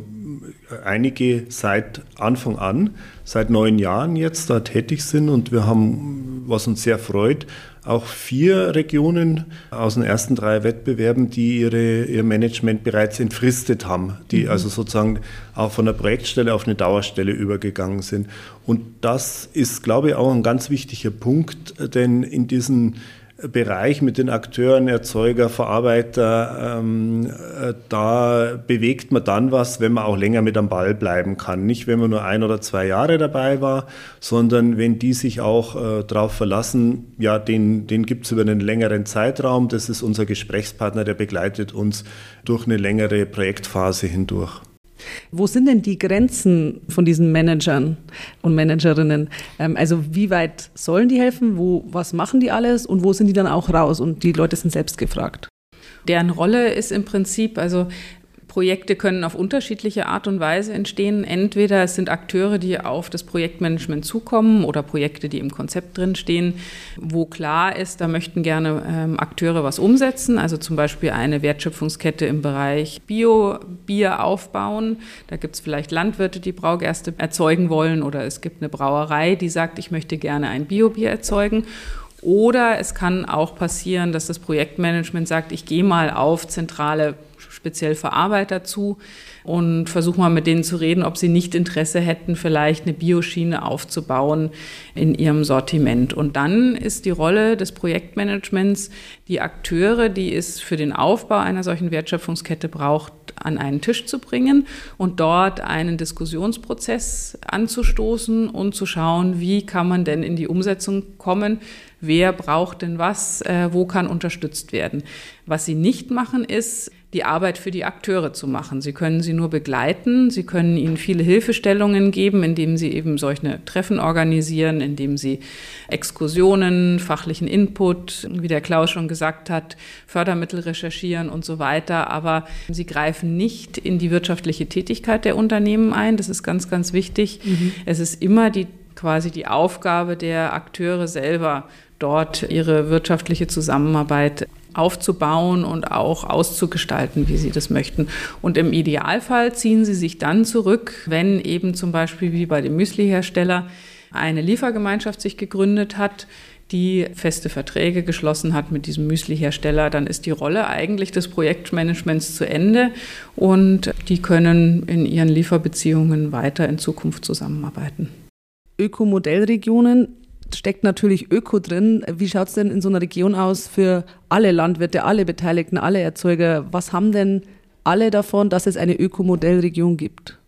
einige seit Anfang an, seit neun Jahren jetzt da tätig sind. Und wir haben, was uns sehr freut, auch vier Regionen aus den ersten drei Wettbewerben, die ihre, ihr Management bereits entfristet haben, die mhm. also sozusagen auch von der Projektstelle auf eine Dauerstelle übergegangen sind. Und das ist, glaube ich, auch ein ganz wichtiger Punkt, denn in diesem Bereich mit den Akteuren, Erzeuger, Verarbeiter, ähm, äh, da bewegt man dann was, wenn man auch länger mit am Ball bleiben kann. Nicht, wenn man nur ein oder zwei Jahre dabei war, sondern wenn die sich auch äh, darauf verlassen, ja, den, den gibt es über einen längeren Zeitraum. Das ist unser Gesprächspartner, der begleitet uns durch eine längere Projektphase hindurch. Wo sind denn die Grenzen von diesen Managern und Managerinnen? Also wie weit sollen die helfen? Wo, was machen die alles? Und wo sind die dann auch raus? Und die Leute sind selbst gefragt. Deren Rolle ist im Prinzip, also Projekte können auf unterschiedliche Art und Weise entstehen. Entweder es sind Akteure, die auf das Projektmanagement zukommen, oder Projekte, die im Konzept drinstehen, wo klar ist, da möchten gerne ähm, Akteure was umsetzen, also zum Beispiel eine Wertschöpfungskette im Bereich Bio-Bier aufbauen. Da gibt es vielleicht Landwirte, die Braugerste erzeugen wollen, oder es gibt eine Brauerei, die sagt, ich möchte gerne ein Bio-Bier erzeugen. Oder es kann auch passieren, dass das Projektmanagement sagt, ich gehe mal auf zentrale, speziell Verarbeiter zu und versuche mal mit denen zu reden, ob sie nicht Interesse hätten, vielleicht eine Bioschiene aufzubauen in ihrem Sortiment. Und dann ist die Rolle des Projektmanagements, die Akteure, die es für den Aufbau einer solchen Wertschöpfungskette braucht, an einen Tisch zu bringen und dort einen Diskussionsprozess anzustoßen und zu schauen, wie kann man denn in die Umsetzung kommen, wer braucht denn was, äh, wo kann unterstützt werden. Was sie nicht machen, ist, die Arbeit für die Akteure zu machen. Sie können sie nur begleiten, sie können ihnen viele Hilfestellungen geben, indem sie eben solche Treffen organisieren, indem sie Exkursionen, fachlichen Input, wie der Klaus schon gesagt hat, Fördermittel recherchieren und so weiter. Aber sie greifen nicht in die wirtschaftliche Tätigkeit der Unternehmen ein. Das ist ganz, ganz wichtig. Mhm. Es ist immer die quasi die Aufgabe der Akteure selber, dort ihre wirtschaftliche Zusammenarbeit aufzubauen und auch auszugestalten, wie sie das möchten. Und im Idealfall ziehen sie sich dann zurück, wenn eben zum Beispiel wie bei dem Müsli-Hersteller eine Liefergemeinschaft sich gegründet hat, die feste Verträge geschlossen hat mit diesem Müsli-Hersteller. Dann ist die Rolle eigentlich des Projektmanagements zu Ende und die können in ihren Lieferbeziehungen weiter in Zukunft zusammenarbeiten. Ökomodellregionen, steckt natürlich Öko drin. Wie schaut es denn in so einer Region aus für alle Landwirte, alle Beteiligten, alle Erzeuger? Was haben denn alle davon, dass es eine Ökomodellregion gibt?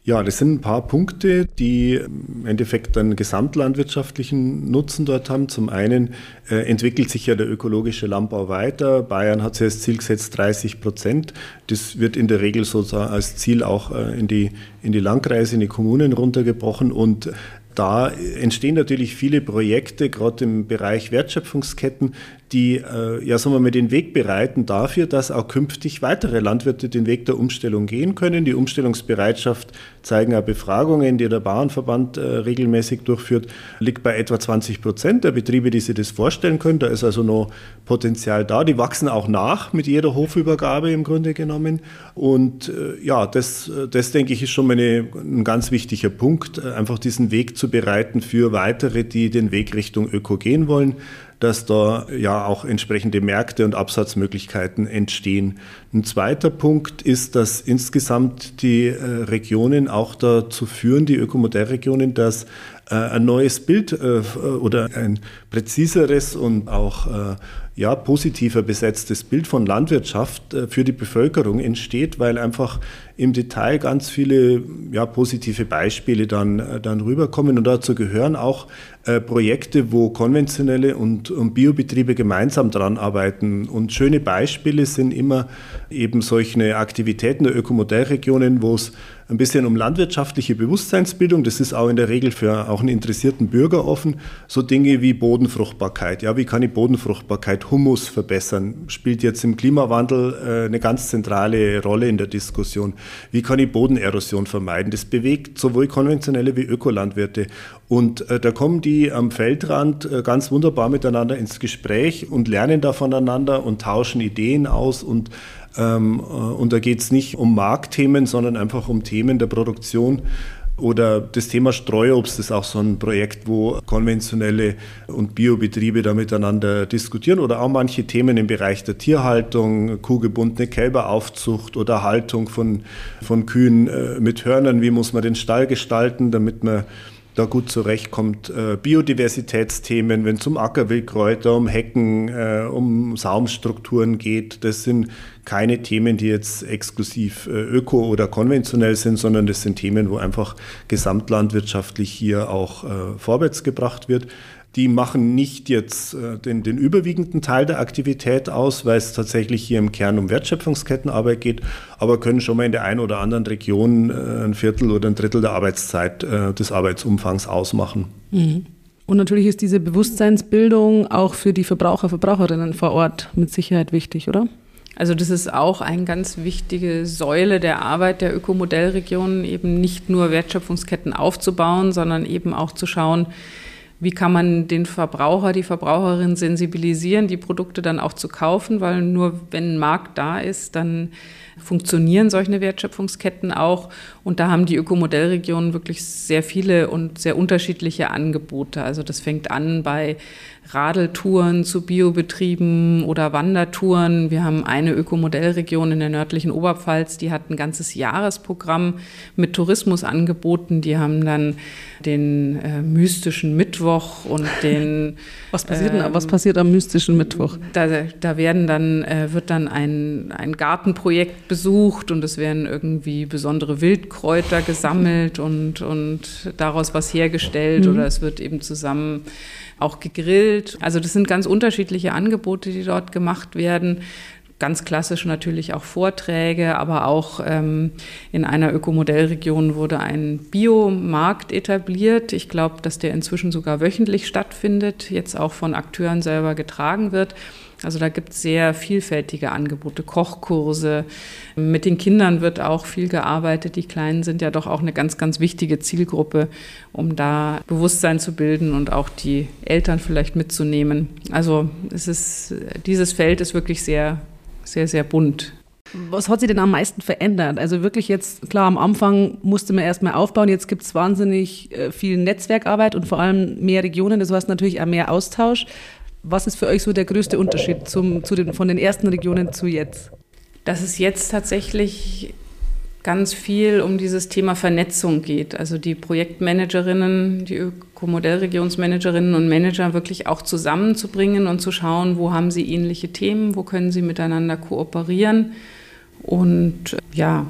Ja, das sind ein paar Punkte, die im Endeffekt einen gesamtlandwirtschaftlichen Nutzen dort haben. Zum einen äh, entwickelt sich ja der ökologische Landbau weiter. Bayern hat sich als Ziel gesetzt dreißig Prozent. Das wird in der Regel so als Ziel auch äh, in die, in die Landkreise, in die Kommunen runtergebrochen. Und da entstehen natürlich viele Projekte, gerade im Bereich Wertschöpfungsketten, die äh, ja, sagen wir mal, den Weg bereiten dafür, dass auch künftig weitere Landwirte den Weg der Umstellung gehen können. Die Umstellungsbereitschaft, zeigen auch Befragungen, die der Bauernverband äh, regelmäßig durchführt, liegt bei etwa zwanzig Prozent der Betriebe, die sich das vorstellen können. Da ist also noch Potenzial da. Die wachsen auch nach mit jeder Hofübergabe im Grunde genommen. Und äh, ja, das, das denke ich ist schon mal eine, ein ganz wichtiger Punkt, äh, einfach diesen Weg zu bereiten für weitere, die den Weg Richtung Öko gehen wollen, dass da ja auch entsprechende Märkte und Absatzmöglichkeiten entstehen. Ein zweiter Punkt ist, dass insgesamt die äh, Regionen auch dazu führen, die Ökomodellregionen, dass äh, ein neues Bild äh, oder ein präziseres und auch äh, ja, positiver besetztes Bild von Landwirtschaft äh, für die Bevölkerung entsteht, weil einfach im Detail ganz viele ja, positive Beispiele dann, äh, dann rüberkommen. Und dazu gehören auch äh, Projekte, wo konventionelle und, und Biobetriebe gemeinsam dran arbeiten. Und schöne Beispiele sind immer eben solche Aktivitäten der Ökomodellregionen, wo es ein bisschen um landwirtschaftliche Bewusstseinsbildung, das ist auch in der Regel für auch einen interessierten Bürger offen, so Dinge wie Bodenfruchtbarkeit. Ja, wie kann ich Bodenfruchtbarkeit, Humus verbessern? Spielt jetzt im Klimawandel äh, eine ganz zentrale Rolle in der Diskussion. Wie kann ich Bodenerosion vermeiden? Das bewegt sowohl konventionelle wie Ökolandwirte. Und äh, da kommen die am Feldrand äh, ganz wunderbar miteinander ins Gespräch und lernen da voneinander und tauschen Ideen aus. Und, ähm, äh, und da geht es nicht um Marktthemen, sondern einfach um Themen der Produktion. Oder das Thema Streuobst ist auch so ein Projekt, wo konventionelle und Biobetriebe da miteinander diskutieren. Oder auch manche Themen im Bereich der Tierhaltung, kuhgebundene Kälberaufzucht oder Haltung von, von Kühen äh, mit Hörnern. Wie muss man den Stall gestalten, damit man da gut zurechtkommt. Äh, Biodiversitätsthemen, wenn es um Ackerwildkräuter, um Hecken, äh, um Saumstrukturen geht, das sind keine Themen, die jetzt exklusiv äh, öko- oder konventionell sind, sondern das sind Themen, wo einfach gesamtlandwirtschaftlich hier auch äh, vorwärts gebracht wird. Die machen nicht jetzt äh, den, den überwiegenden Teil der Aktivität aus, weil es tatsächlich hier im Kern um Wertschöpfungskettenarbeit geht, aber können schon mal in der einen oder anderen Region äh, ein Viertel oder ein Drittel der Arbeitszeit äh, des Arbeitsumfangs ausmachen. Mhm. Und natürlich ist diese Bewusstseinsbildung auch für die Verbraucher, Verbraucherinnen vor Ort mit Sicherheit wichtig, oder? Also das ist auch eine ganz wichtige Säule der Arbeit der Ökomodellregionen, eben nicht nur Wertschöpfungsketten aufzubauen, sondern eben auch zu schauen, wie kann man den Verbraucher, die Verbraucherin sensibilisieren, die Produkte dann auch zu kaufen, weil nur wenn ein Markt da ist, dann funktionieren solche Wertschöpfungsketten auch. Und da haben die Ökomodellregionen wirklich sehr viele und sehr unterschiedliche Angebote. Also das fängt an bei Radeltouren zu Biobetrieben oder Wandertouren. Wir haben eine Ökomodellregion in der nördlichen Oberpfalz, die hat ein ganzes Jahresprogramm mit Tourismus angeboten. Die haben dann den äh, mystischen Mittwoch und den... Was passiert, ähm, was passiert am mystischen Mittwoch? Da, da werden dann, äh, wird dann ein, ein Gartenprojekt besucht und es werden irgendwie besondere Wildkräuter gesammelt und, und daraus was hergestellt, mhm. oder es wird eben zusammen auch gegrillt. Also das sind ganz unterschiedliche Angebote, die dort gemacht werden. Ganz klassisch natürlich auch Vorträge, aber auch ähm, in einer Ökomodellregion wurde ein Biomarkt etabliert. Ich glaube, dass der inzwischen sogar wöchentlich stattfindet, jetzt auch von Akteuren selber getragen wird. Also da gibt es sehr vielfältige Angebote, Kochkurse. Mit den Kindern wird auch viel gearbeitet. Die Kleinen sind ja doch auch eine ganz, ganz wichtige Zielgruppe, um da Bewusstsein zu bilden und auch die Eltern vielleicht mitzunehmen. Also es ist, dieses Feld ist wirklich sehr, sehr, sehr bunt. Was hat sich denn am meisten verändert? Also wirklich jetzt, klar, am Anfang musste man erstmal aufbauen, jetzt gibt es wahnsinnig viel Netzwerkarbeit und vor allem mehr Regionen, das heißt natürlich auch mehr Austausch. Was ist für euch so der größte Unterschied zum, zu den, von den ersten Regionen zu jetzt? Dass es jetzt tatsächlich ganz viel um dieses Thema Vernetzung geht. Also die Projektmanagerinnen, die Ökomodellregionsmanagerinnen und Manager wirklich auch zusammenzubringen und zu schauen, wo haben sie ähnliche Themen, wo können sie miteinander kooperieren und ja,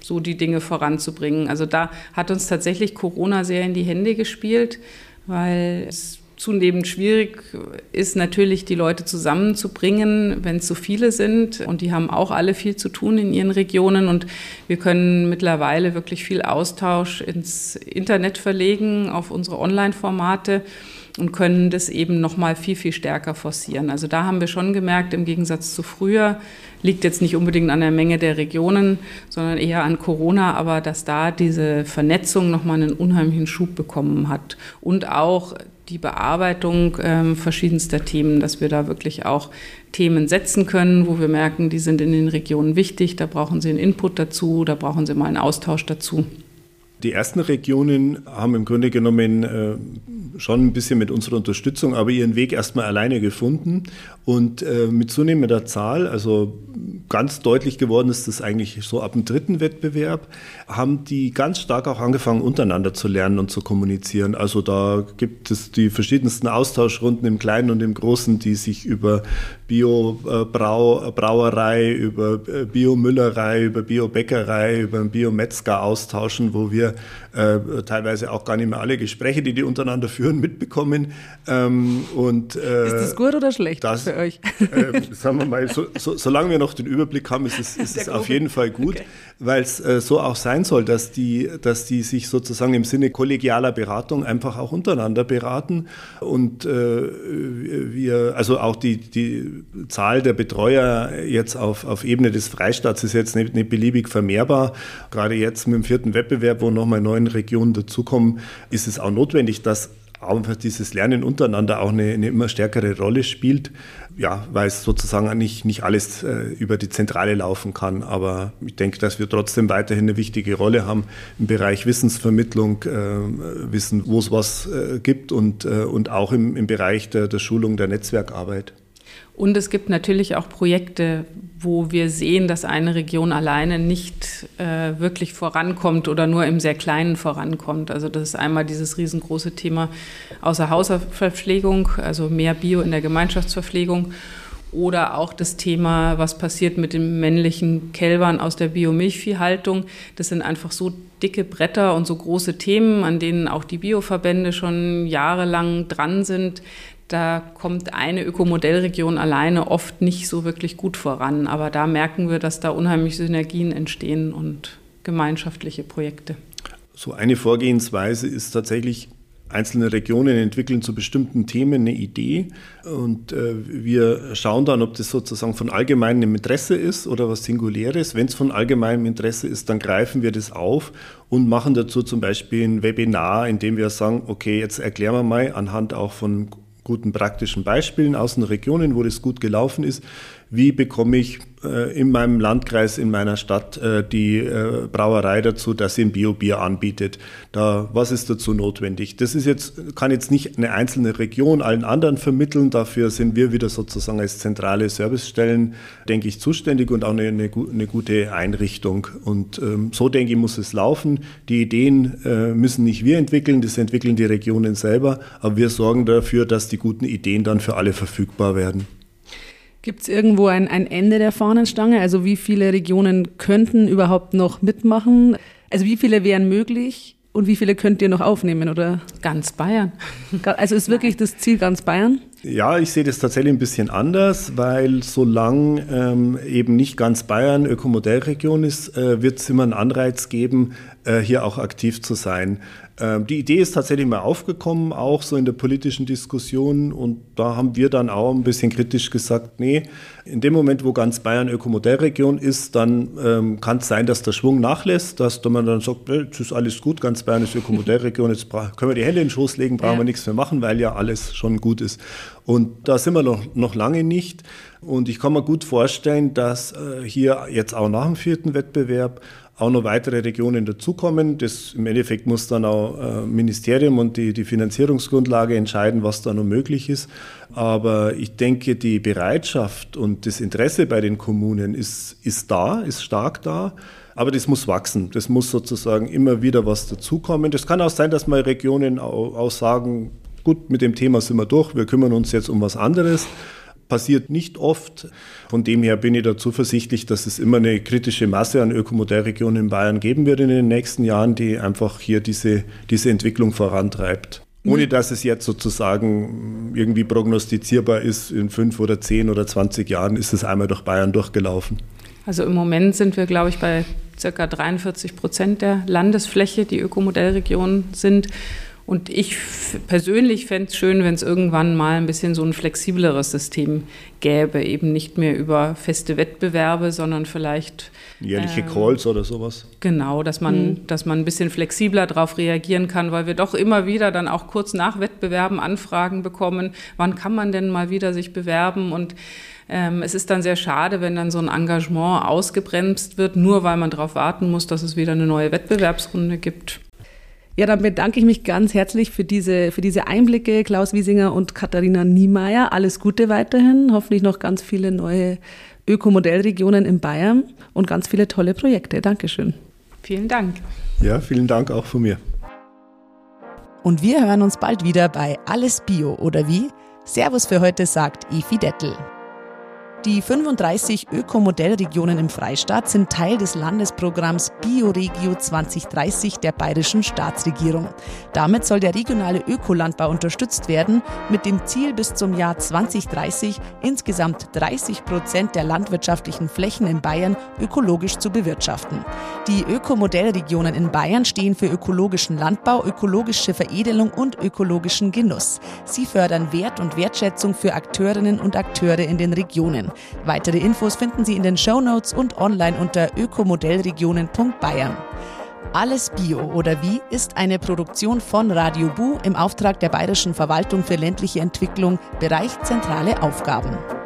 so die Dinge voranzubringen. Also da hat uns tatsächlich Corona sehr in die Hände gespielt, weil es zunehmend schwierig ist, natürlich die Leute zusammenzubringen, wenn es so viele sind. Und die haben auch alle viel zu tun in ihren Regionen. Und wir können mittlerweile wirklich viel Austausch ins Internet verlegen, auf unsere Online-Formate und können das eben noch mal viel, viel stärker forcieren. Also da haben wir schon gemerkt, im Gegensatz zu früher, liegt jetzt nicht unbedingt an der Menge der Regionen, sondern eher an Corona, aber dass da diese Vernetzung noch mal einen unheimlichen Schub bekommen hat. Und auch die Bearbeitung äh, verschiedenster Themen, dass wir da wirklich auch Themen setzen können, wo wir merken, die sind in den Regionen wichtig, da brauchen sie einen Input dazu, da brauchen sie mal einen Austausch dazu. Die ersten Regionen haben im Grunde genommen äh, schon ein bisschen mit unserer Unterstützung, aber ihren Weg erstmal alleine gefunden. Und äh, mit zunehmender Zahl, also ganz deutlich geworden ist das eigentlich so ab dem dritten Wettbewerb, haben die ganz stark auch angefangen, untereinander zu lernen und zu kommunizieren. Also da gibt es die verschiedensten Austauschrunden im Kleinen und im Großen, die sich über Bio-Brauerei, über Biomüllerei, über Biobäckerei, über Biometzger austauschen, wo wir äh, teilweise auch gar nicht mehr alle Gespräche, die die untereinander führen, mitbekommen. Ähm, und, äh, ist das gut oder schlecht das, für euch? Äh, sagen wir mal, so, so, solange wir noch den Überblick haben, ist es, ist es auf jeden Fall gut, okay. Weil es äh, so auch sein soll, dass die, dass die sich sozusagen im Sinne kollegialer Beratung einfach auch untereinander beraten. Und äh, wir, also auch die, die Zahl der Betreuer jetzt auf, auf Ebene des Freistaats ist jetzt nicht, nicht beliebig vermehrbar. Gerade jetzt mit dem vierten Wettbewerb, wo nochmal neun Regionen dazukommen, ist es auch notwendig, dass einfach dieses Lernen untereinander auch eine, eine immer stärkere Rolle spielt. Ja, weil es sozusagen nicht, nicht alles äh, über die Zentrale laufen kann. Aber ich denke, dass wir trotzdem weiterhin eine wichtige Rolle haben im Bereich Wissensvermittlung, äh, Wissen, wo es was äh, gibt und, äh, und auch im, im Bereich der, der Schulung der Netzwerkarbeit. Und es gibt natürlich auch Projekte, wo wir sehen, dass eine Region alleine nicht äh, wirklich vorankommt oder nur im sehr Kleinen vorankommt. Also das ist einmal dieses riesengroße Thema Außerhausverpflegung, also mehr Bio in der Gemeinschaftsverpflegung. Oder auch das Thema, was passiert mit den männlichen Kälbern aus der Biomilchviehhaltung. Das sind einfach so dicke Bretter und so große Themen, an denen auch die Bioverbände schon jahrelang dran sind. Da kommt eine Ökomodellregion alleine oft nicht so wirklich gut voran. Aber da merken wir, dass da unheimlich Synergien entstehen und gemeinschaftliche Projekte. So eine Vorgehensweise ist tatsächlich, einzelne Regionen entwickeln zu bestimmten Themen eine Idee und äh, wir schauen dann, ob das sozusagen von allgemeinem Interesse ist oder was Singuläres. Wenn es von allgemeinem Interesse ist, dann greifen wir das auf und machen dazu zum Beispiel ein Webinar, in dem wir sagen, okay, jetzt erklären wir mal anhand auch von guten praktischen Beispielen aus den Regionen, wo das gut gelaufen ist. Wie bekomme ich äh, in meinem Landkreis, in meiner Stadt äh, die äh, Brauerei dazu, dass sie ein Bio-Bier anbietet? Da, was ist dazu notwendig? Das ist jetzt, kann jetzt nicht eine einzelne Region allen anderen vermitteln. Dafür sind wir wieder sozusagen als zentrale Servicestellen, denke ich, zuständig und auch eine, eine, eine gute Einrichtung. Und ähm, so, denke ich, muss es laufen. Die Ideen äh, müssen nicht wir entwickeln, das entwickeln die Regionen selber. Aber wir sorgen dafür, dass die guten Ideen dann für alle verfügbar werden. Gibt es irgendwo ein, ein Ende der Fahnenstange? Also wie viele Regionen könnten überhaupt noch mitmachen? Also wie viele wären möglich und wie viele könnt ihr noch aufnehmen, oder? Ganz Bayern. Also ist wirklich das Ziel ganz Bayern? Ja, ich sehe das tatsächlich ein bisschen anders, weil solange ähm, eben nicht ganz Bayern Ökomodellregion ist, äh, wird es immer einen Anreiz geben, äh, hier auch aktiv zu sein. Ähm, die Idee ist tatsächlich mal aufgekommen, auch so in der politischen Diskussion, und da haben wir dann auch ein bisschen kritisch gesagt, nee, in dem Moment, wo ganz Bayern Ökomodellregion ist, dann ähm, kann es sein, dass der Schwung nachlässt, dass man dann sagt, jetzt ist alles gut, ganz Bayern ist Ökomodellregion, jetzt können wir die Hände in den Schoß legen, brauchen ja. wir nichts mehr machen, weil ja alles schon gut ist. Und da sind wir noch, noch lange nicht. Und ich kann mir gut vorstellen, dass äh, hier jetzt auch nach dem vierten Wettbewerb auch noch weitere Regionen dazukommen. Das im Endeffekt muss dann auch äh, Ministerium und die, die Finanzierungsgrundlage entscheiden, was da noch möglich ist. Aber ich denke, die Bereitschaft und das Interesse bei den Kommunen ist, ist da, ist stark da. Aber das muss wachsen. Das muss sozusagen immer wieder was dazukommen. Das kann auch sein, dass mal Regionen auch, auch sagen, gut, mit dem Thema sind wir durch, wir kümmern uns jetzt um was anderes. passiert nicht oft. Von dem her bin ich da zuversichtlich, dass es immer eine kritische Masse an Ökomodellregionen in Bayern geben wird in den nächsten Jahren, die einfach hier diese, diese Entwicklung vorantreibt. Ohne dass es jetzt sozusagen irgendwie prognostizierbar ist, in fünf oder zehn oder zwanzig Jahren ist es einmal durch Bayern durchgelaufen. Also im Moment sind wir, glaube ich, bei ca. dreiundvierzig Prozent der Landesfläche, die Ökomodellregionen sind. Und ich persönlich fände es schön, wenn es irgendwann mal ein bisschen so ein flexibleres System gäbe, eben nicht mehr über feste Wettbewerbe, sondern vielleicht jährliche ähm, Calls oder sowas. Genau, dass man, mhm. dass man ein bisschen flexibler darauf reagieren kann, weil wir doch immer wieder dann auch kurz nach Wettbewerben Anfragen bekommen, wann kann man denn mal wieder sich bewerben, und ähm, es ist dann sehr schade, wenn dann so ein Engagement ausgebremst wird, nur weil man darauf warten muss, dass es wieder eine neue Wettbewerbsrunde gibt. Ja, dann bedanke ich mich ganz herzlich für diese, für diese Einblicke, Klaus Wiesinger und Katharina Niemeyer. Alles Gute weiterhin, hoffentlich noch ganz viele neue Ökomodellregionen in Bayern und ganz viele tolle Projekte. Dankeschön. Vielen Dank. Ja, vielen Dank auch von mir. Und wir hören uns bald wieder bei Alles Bio, oder wie? Servus für heute, sagt Evi Dettel. Die fünfunddreißig Ökomodellregionen im Freistaat sind Teil des Landesprogramms Bioregio zwanzig dreißig der bayerischen Staatsregierung. Damit soll der regionale Ökolandbau unterstützt werden, mit dem Ziel, bis zum Jahr zwanzig dreißig insgesamt dreißig Prozent der landwirtschaftlichen Flächen in Bayern ökologisch zu bewirtschaften. Die Ökomodellregionen in Bayern stehen für ökologischen Landbau, ökologische Veredelung und ökologischen Genuss. Sie fördern Wert und Wertschätzung für Akteurinnen und Akteure in den Regionen. Weitere Infos finden Sie in den Shownotes und online unter ökomodellregionen punkt bayern. Alles Bio, oder wie? Ist eine Produktion von Radio Bu im Auftrag der Bayerischen Verwaltung für ländliche Entwicklung, Bereich Zentrale Aufgaben.